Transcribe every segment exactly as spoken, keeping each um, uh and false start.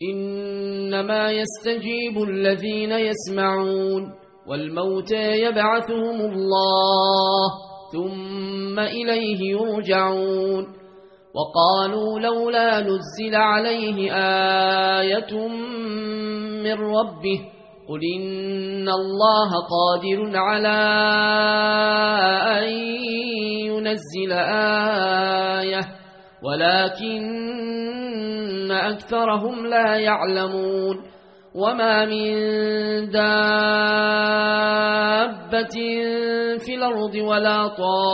إنما يستجيب الذين يسمعون والموتى يبعثهم الله ثم إليه يرجعون وقالوا لولا نزل عليه آية من ربه قل إن الله قادر على أن ينزل آية ولكن أكثرهم لا يعلمون وما من دابة في الأرض ولا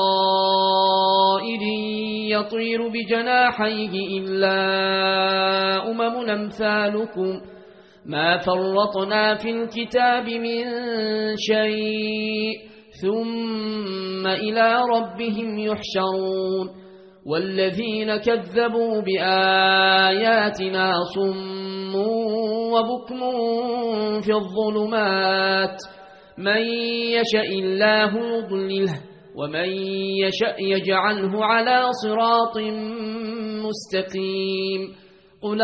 طائر يطير بجناحيه إلا أمم أمثالكم ما فرطنا في الكتاب من شيء ثم إلى ربهم يحشرون والذين كذبوا بآياتنا صم وبكم في الظلمات من يشاء الله يضلله ومن يشاء يجعله على صراط مستقيم قل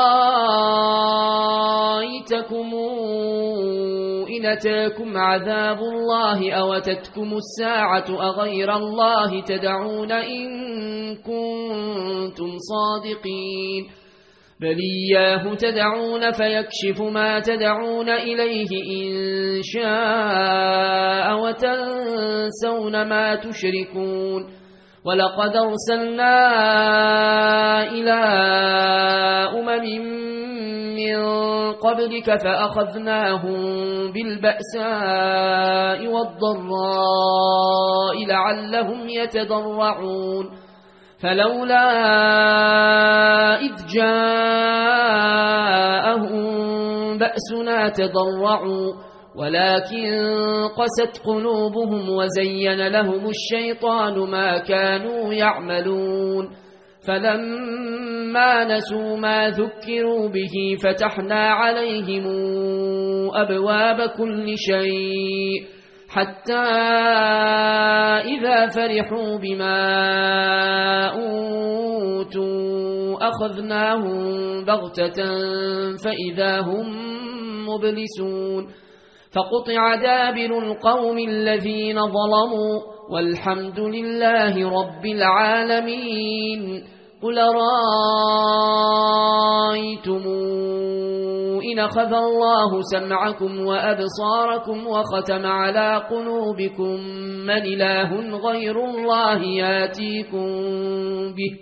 رأيتكم إن أتاكم عذاب الله أو أتتكم الساعة أغير الله تدعون إن كنتم صادقين بل إياه تدعون فيكشف ما تدعون إليه إن شاء وتنسون ما تشركون ولقد أرسلنا إلى أمم من قبلك فأخذناهم بالبأساء والضراء لعلهم يتضرعون فلولا إذ جاءهم بأسنا تضرعوا ولكن قست قلوبهم وزين لهم الشيطان ما كانوا يعملون فلما نسوا ما ذكروا به فتحنا عليهم أبواب كل شيء حتى إذا فرحوا بما أوتوا أخذناهم بغتة فإذا هم مبلسون فقطع دابر القوم الذين ظلموا والحمد لله رب العالمين قل رأيتم إن أخذ الله سمعكم وأبصاركم وختم على قلوبكم من إله غير الله ياتيكم به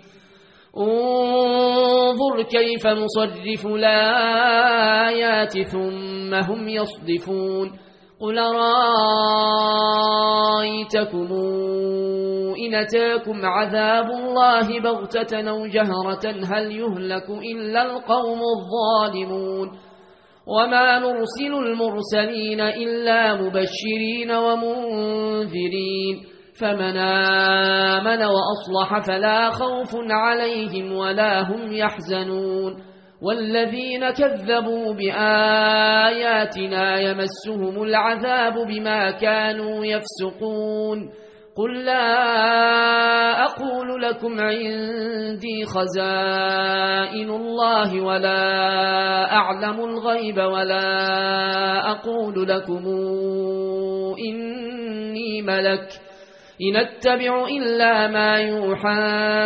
انظر كيف نصرف الآيات ثم هم يصدفون قل رأيتكم إن أتاكم عذاب الله بغتة أو جهرة هل يهلك إلا القوم الظالمون وما نرسل المرسلين إلا مبشرين ومنذرين فمن آمن وأصلح فلا خوف عليهم ولا هم يحزنون والذين كذبوا بآياتنا يمسهم العذاب بما كانوا يفسقون قل لا أقول لكم عندي خزائن الله ولا أعلم الغيب ولا أقول لكم إني ملك إن أتبع إلا ما يوحى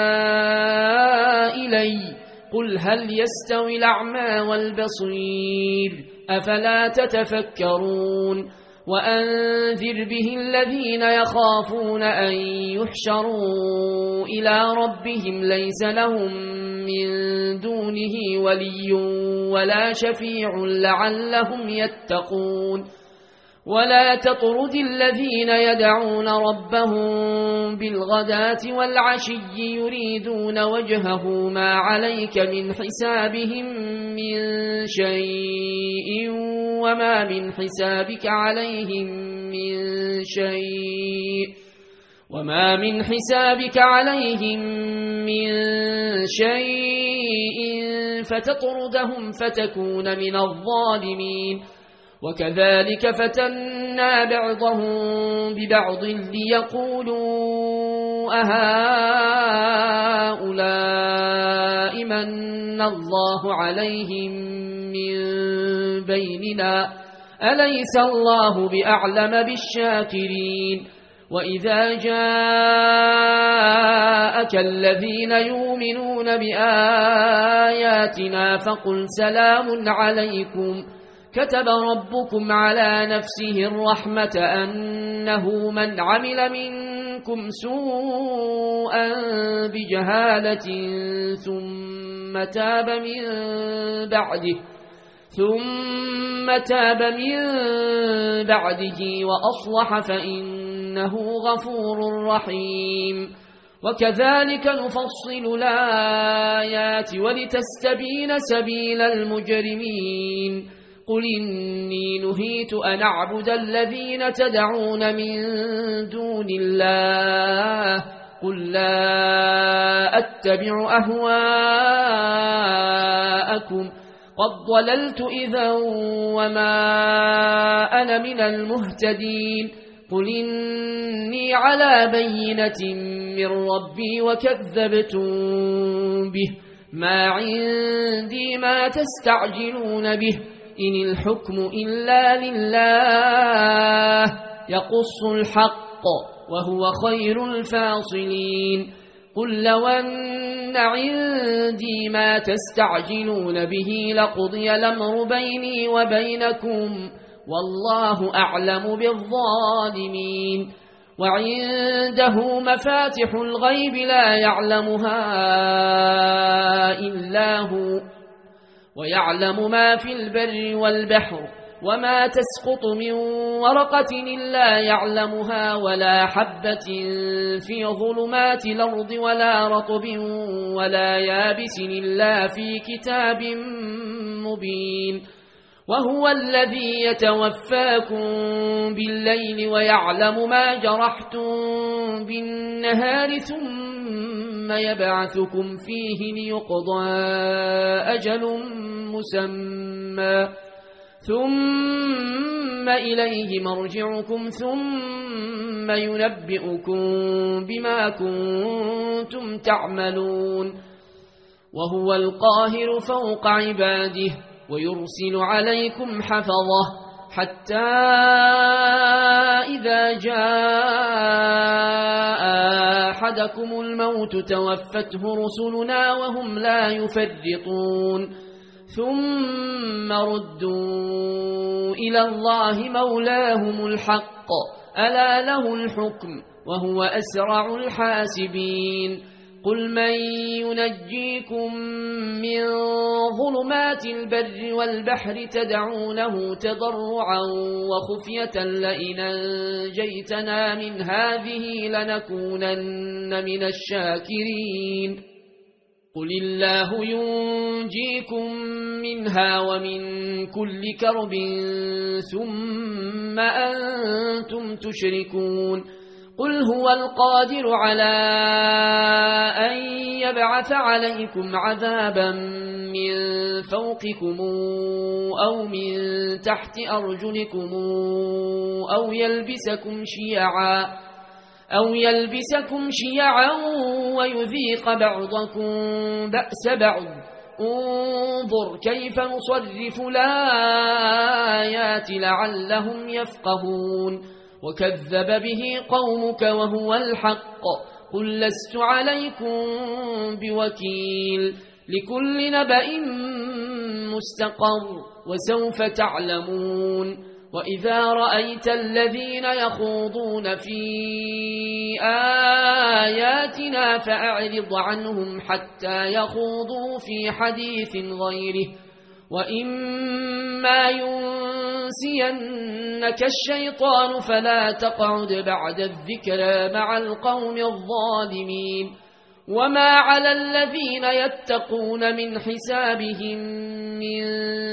إلي قل هل يستوي الأعمى والبصير أفلا تتفكرون وأنذر به الذين يخافون أن يحشروا إلى ربهم ليس لهم من دونه ولي ولا شفيع لعلهم يتقون ولا تطرد الذين يدعون ربهم بالغداة والعشي يريدون وجهه ما عليك من حسابهم من شيء وما من حسابك عليهم من شيء وما من حسابك عليهم من شيء فتطردهم فتكون من الظالمين وكذلك فتنا بعضهم ببعض ليقولوا أهؤلاء من الله عليهم من بيننا أليس الله بأعلم بالشاكرين وإذا جاءك الذين يؤمنون بآياتنا فقل سلام عليكم كتب ربكم على نفسه الرحمة أنه من عمل منكم سوءا بجهالة ثم تاب من بعده ثم تاب من بعده وأصلح فإنه غفور رحيم وكذلك نفصل الآيات ولتستبين سبيل المجرمين قل إني نهيت أن أعبد الذين تدعون من دون الله قل لا أتبع أهواءكم قد ضللت إذا وما أنا من المهتدين قل إني على بينة من ربي وكذبتم به ما عندي ما تستعجلون به إن الحكم إلا لله يقص الحق وهو خير الفاصلين قل لو أن عندي ما تستعجلون به لقضي الأمر بيني وبينكم والله أعلم بالظالمين وعنده مفاتح الغيب لا يعلمها إلا هو ويعلم ما في البر والبحر وما تسقط من ورقة إلا يعلمها ولا حبة في ظلمات الأرض ولا رطب ولا يابس إلا في كتاب مبين وهو الذي يتوفاكم بالليل ويعلم ما جرحتم بالنهار ثم يبعثكم فيه ليقضى أجل مسمى ثم إليه مرجعكم ثم ينبئكم بما كنتم تعملون وهو القاهر فوق عباده ويرسل عليكم حفظه حتى إذا جاء أحدكم الموت توفته رسلنا وهم لا يفرطون ثم ردوا إلى الله مولاهم الحق ألا له الحكم وهو أسرع الحاسبين قل من ينجيكم من ظلمات البر والبحر تدعونه تضرعا وخفية لئن أنجيتنا من هذه لنكونن من الشاكرين قل الله ينجيكم منها ومن كل كرب ثم أنتم تشركون قل هو القادر على أن يبعث عليكم عذابا من فوقكم أو من تحت أرجلكم أو يلبسكم شيعا أو يلبسكم شيعا ويذيق بعضكم بأس بعض انظر كيف نصرف الآيات لعلهم يفقهون وكذب به قومك وهو الحق قل لست عليكم بوكيل لكل نبأ مستقر وسوف تعلمون وإذا رأيت الذين يخوضون في آياتنا فأعرض عنهم حتى يخوضوا في حديث غيره وإما ينسينك الشيطان فلا تقعد بعد الذكرى مع القوم الظالمين وما على الذين يتقون من حسابهم من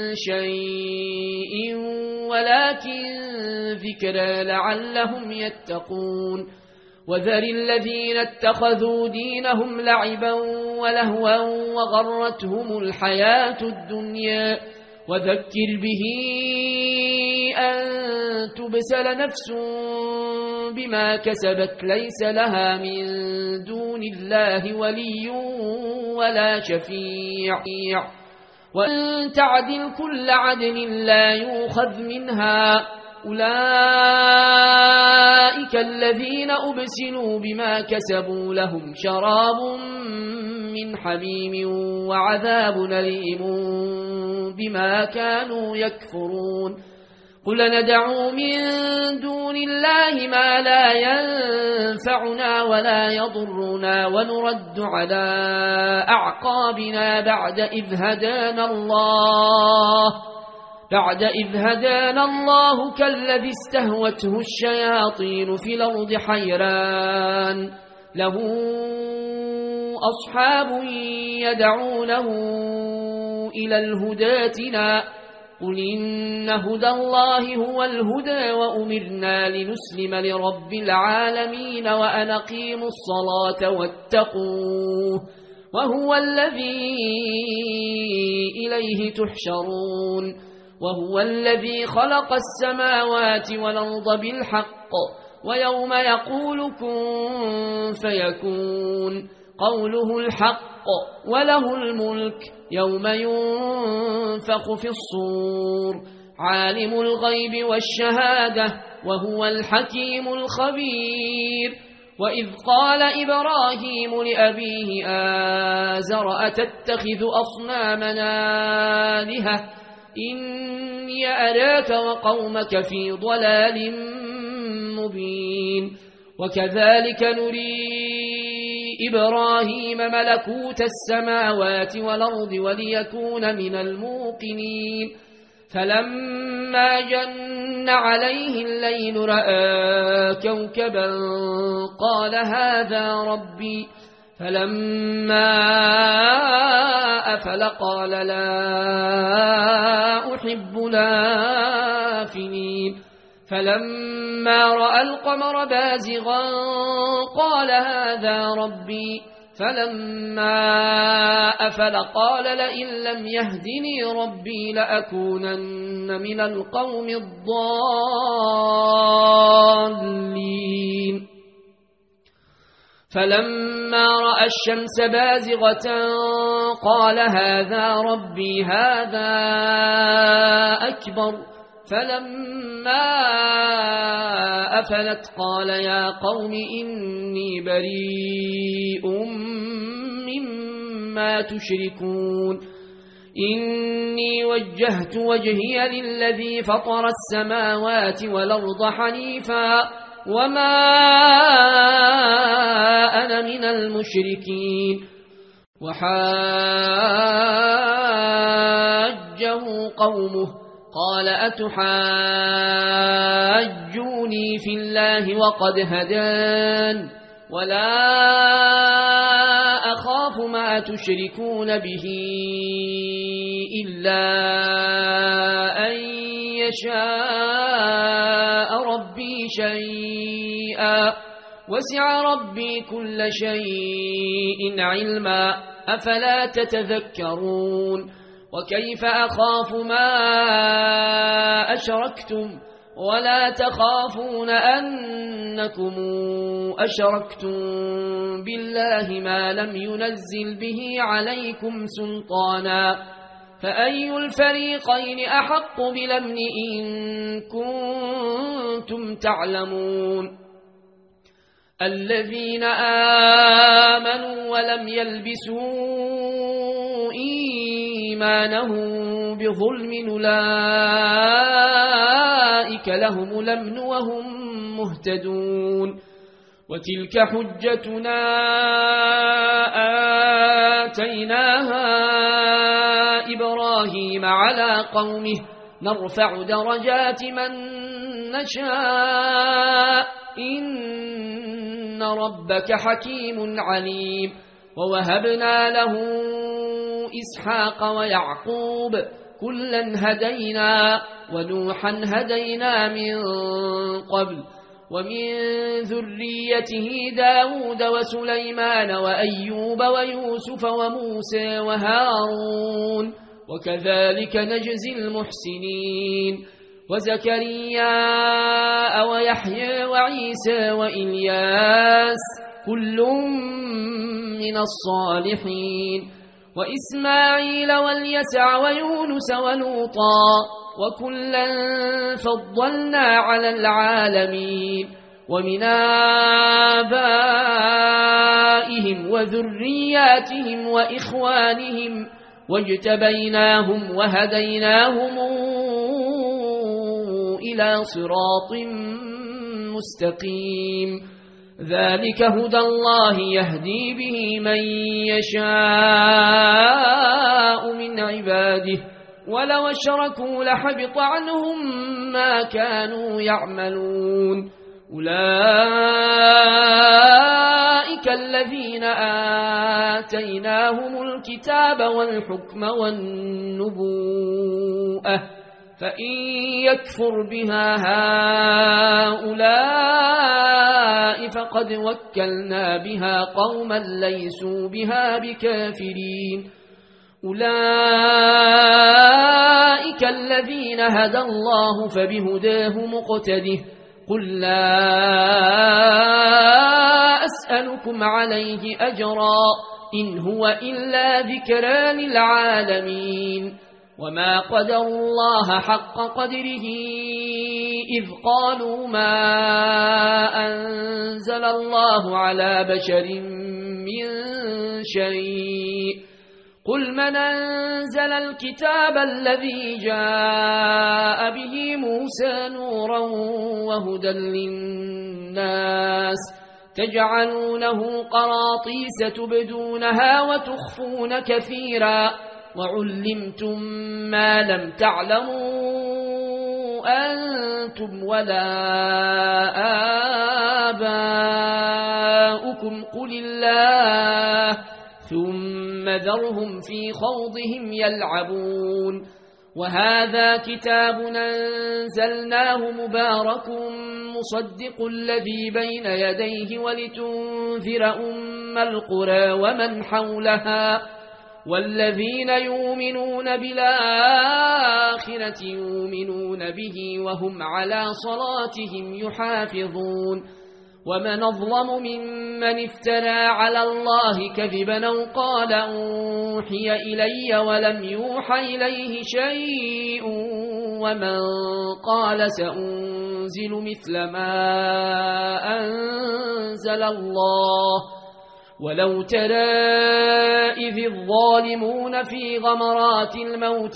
شيء ولكن ذكرى لعلهم يتقون وذر الذين اتخذوا دينهم لعبا ولهوا وغرتهم الحياة الدنيا وذكر به أن تبسل نفس بما كسبت ليس لها من دون الله ولي ولا شفيع وأن تعدل كل عدل لا يؤخذ منها أولئك الذين أبسلوا بما كسبوا لهم شراب من حميم وعذاب أليم بما كانوا يكفرون قل ندعو من دون الله ما لا ينفعنا ولا يضرنا ونرد على أعقابنا بعد إذ هدانا الله بعد إذ هدانا الله كالذي استهوته الشياطين في الأرض حيران له أصحاب يدعونه إلى الهداتنا قل إن هدى الله هو الهدى وأمرنا لنسلم لرب العالمين وأن أقيموا الصلاة واتقوه وهو الذي إليه تحشرون وهو الذي خلق السماوات والأرض بالحق ويوم يقول كن فيكون قوله الحق وله الملك يوم ينفخ في الصور عالم الغيب والشهادة وهو الحكيم الخبير وإذ قال إبراهيم لأبيه آزر أتتخذ أصنامنا آلهة إني أراك وقومك في ضلال مبين وكذلك نري إبراهيم ملكوت السماوات والأرض وليكون من الموقنين فلما جن عليه الليل رأى كوكبا قال هذا ربي فلما أفل قال لا أحب الآفلين فلما رأى القمر بازغا قال هذا ربي فلما أفل قال لئن لم يهدني ربي لأكونن من القوم الضالين فلما رأى الشمس بازغة قال هذا ربي هذا أكبر فلما أفلت قال يا قوم إني بريء مما تشركون إني وجهت وجهي للذي فطر السماوات والأرض حنيفا وما أنا من المشركين وحاجه قومه قال أتحاجوني في الله وقد هدان ولا أخاف ما تشركون به إلا أن يشاء ربي شيئا وسع ربي كل شيء علما أفلا تتذكرون وكيف أخاف ما أشركتم ولا تخافون أنكم أشركتم بالله ما لم ينزل به عليكم سلطانا فأي الفريقين أحق بالأمن إن كنتم تعلمون الذين آمنوا ولم يلبسوا إيمانهم بظلم أولئك لهم الأمن وهم مهتدون وتلك حجتنا آتيناها إبراهيم على قومه نرفع درجات من نشاء إن ربك حكيم عليم ووهبنا له إسحاق ويعقوب كلا هدينا ونوحا هدينا من قبل ومن ذريته داود وسليمان وأيوب ويوسف وموسى وهارون وكذلك نجزي المحسنين وزكريا ويحيى وعيسى وإلياس كل من الصالحين وإسماعيل واليسع ويونس ولوطا وكلا فضلنا على العالمين ومن آبائهم وذرياتهم وإخوانهم واجتبيناهم وهديناهم إلى صراط مستقيم ذلك هدى الله يهدي به من يشاء من عباده ولو اشركوا لحبط عنهم ما كانوا يعملون أولئك الذين آتيناهم الكتاب والحكم والنبوءة فإن يكفر بها هؤلاء فقد وكلنا بها قوما ليسوا بها بكافرين أولئك الذين هدى الله فبهداه مقتده قل لا أسألكم عليه أجرا إن هو إلا ذكرى للعالمين وما قدروا الله حق قدره إذ قالوا ما أنزل الله على بشر من شيء قل من أنزل الكتاب الذي جاء به موسى نورا وهدى للناس تجعلونه قراطيس تبدونها وتخفون كثيرا وعلمتم ما لم تعلموا أنتم ولا آباؤكم قل الله ثم ذرهم في خوضهم يلعبون وهذا كتاب أنزلناه مبارك مصدق الذي بين يديه ولتنذر أم القرى ومن حولها والذين يؤمنون بالآخرة يؤمنون به وهم على صلاتهم يحافظون ومن أظلم ممن افترى على الله كذبا أو قال أوحي إلي ولم يوحى إليه شيء ومن قال سأنزل مثل ما أنزل الله ولو ترى إذ الظالمون في غمرات الموت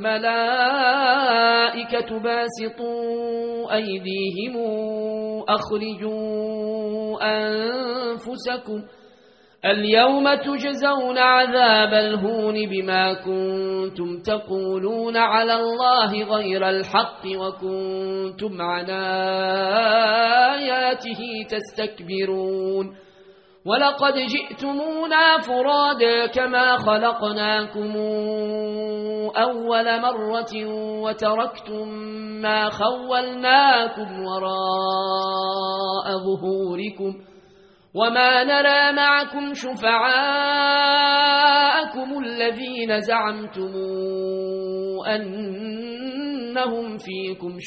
والملائكة باسطوا أيديهم أخرجوا أنفسكم اليوم تجزون عذاب الهون بما كنتم تقولون على الله غير الحق وكنتم عن آياته تستكبرون ولقد جئتمونا فرادا كما خلقناكم أول مرة وتركتم ما خولناكم وراء ظهوركم وما نرى معكم شفعاءكم الذين زعمتم أنهم فيكم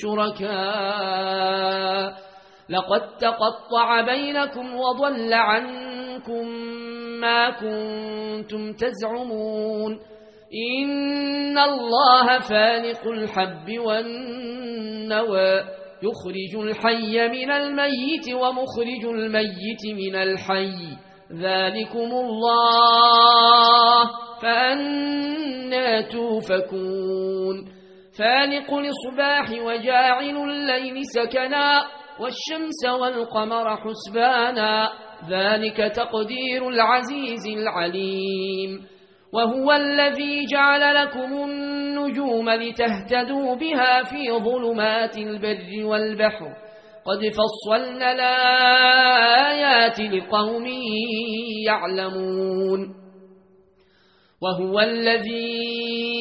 شركاء لقد تقطع بينكم وضل عنكم ما كنتم تزعمون إن الله فالق الحب والنوى يخرج الحي من الميت ومخرج الميت من الحي ذلكم الله فأنى توفكون فالق الإصباح وجاعل الليل سكنا والشمس والقمر حسبانا ذلك تقدير العزيز العليم وهو الذي جعل لكم النجوم لتهتدوا بها في ظلمات البر والبحر قد فصلنا الآيات لقوم يعلمون وهو الذي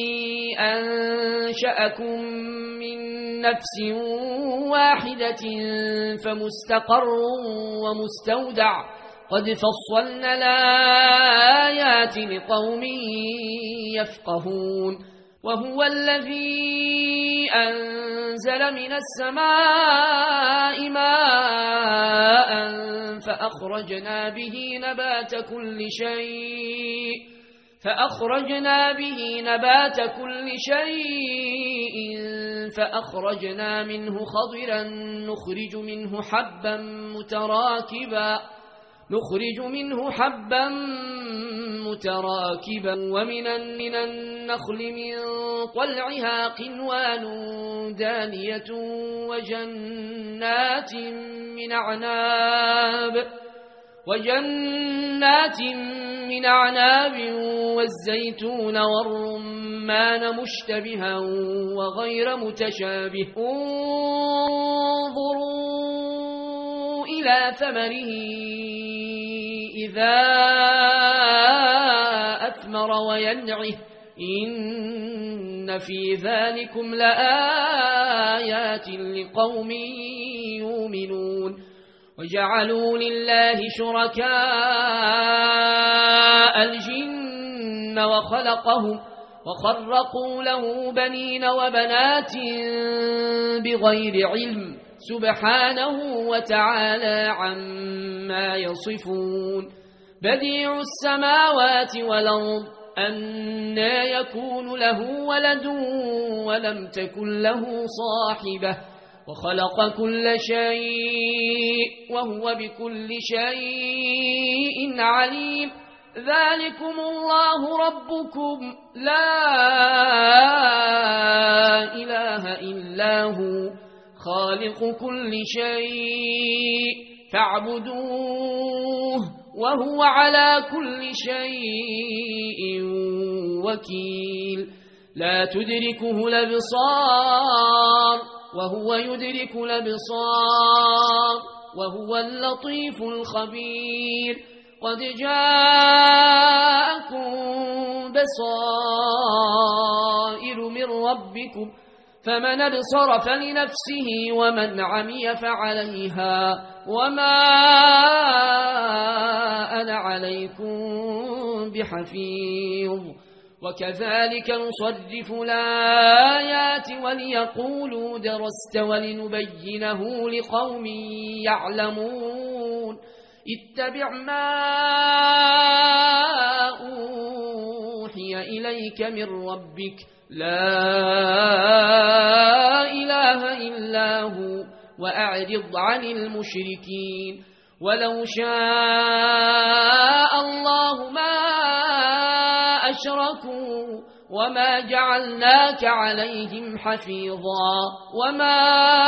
أنشأكم من نفس واحدة فمستقر ومستودع قد فصلنا الآيات لقوم يفقهون وهو الذي أنزل من السماء ماء فأخرجنا به نبات كل شيء فأخرجنا به نبات كل شيء فأخرجنا منه خضرا نخرج منه حبا متراكبا نخرج منه حبا متراكبا ومن النخل من طلعها قنوان دانية وجنات من أعناب وجنات من أعناب والزيتون والرمان مشتبها وغير متشابه انظروا إلى ثمره إذا أثمر وينعه إن في ذلكم لآيات لقوم يؤمنون وجعلوا لله شركاء الجن وخلقهم وخرقوا له بنين وبنات بغير علم سبحانه وتعالى عما يصفون بديع السماوات والأرض أنى يكون له ولد ولم تكن له صاحبة وخلق كل شيء وهو بكل شيء عليم ذلكم الله ربكم لا إله إلا هو خالق كل شيء فاعبدوه وهو على كل شيء وكيل لا تدركه الأبصار وهو يدرك الأبصار وهو اللطيف الخبير قد جاءكم بصائر من ربكم فمن أبصر فلنفسه ومن عمي فعليها وما أنا عليكم بحفيظ وكذلك نصرف الآيات وليقولوا درست ولنبينه لقوم يعلمون اتبع ما أوحي إليك من ربك لا إله إلا هو وأعرض عن المشركين ولو شاء الله ما أشركوا وما جعلناك عليهم حفيظا وما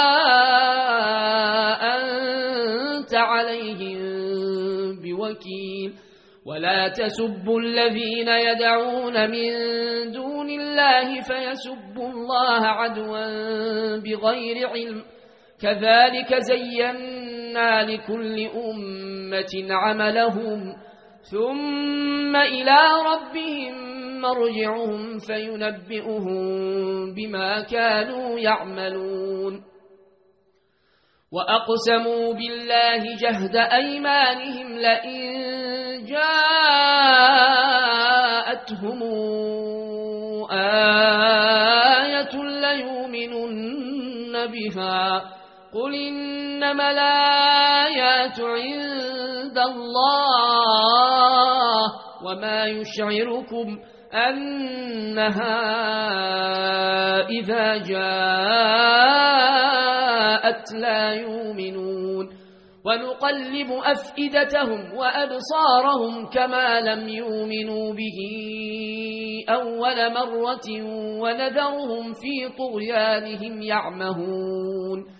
أنت عليهم بوكيل ولا تسبوا الذين يدعون من دون الله فيسبوا الله عدوا بغير علم كذلك زينا لكل أمة عملهم ثم إلى ربهم مرجعهم فينبئهم بما كانوا يعملون وأقسموا بالله جهد أيمانهم لئن جاءتهم آية ليؤمنن بها قل إنما الآيات عند الله وما يشعركم أنها إذا جاءت لا يؤمنون ونقلب أفئدتهم وأبصارهم كما لم يؤمنوا به أول مرة ونذرهم في طغيانهم يعمهون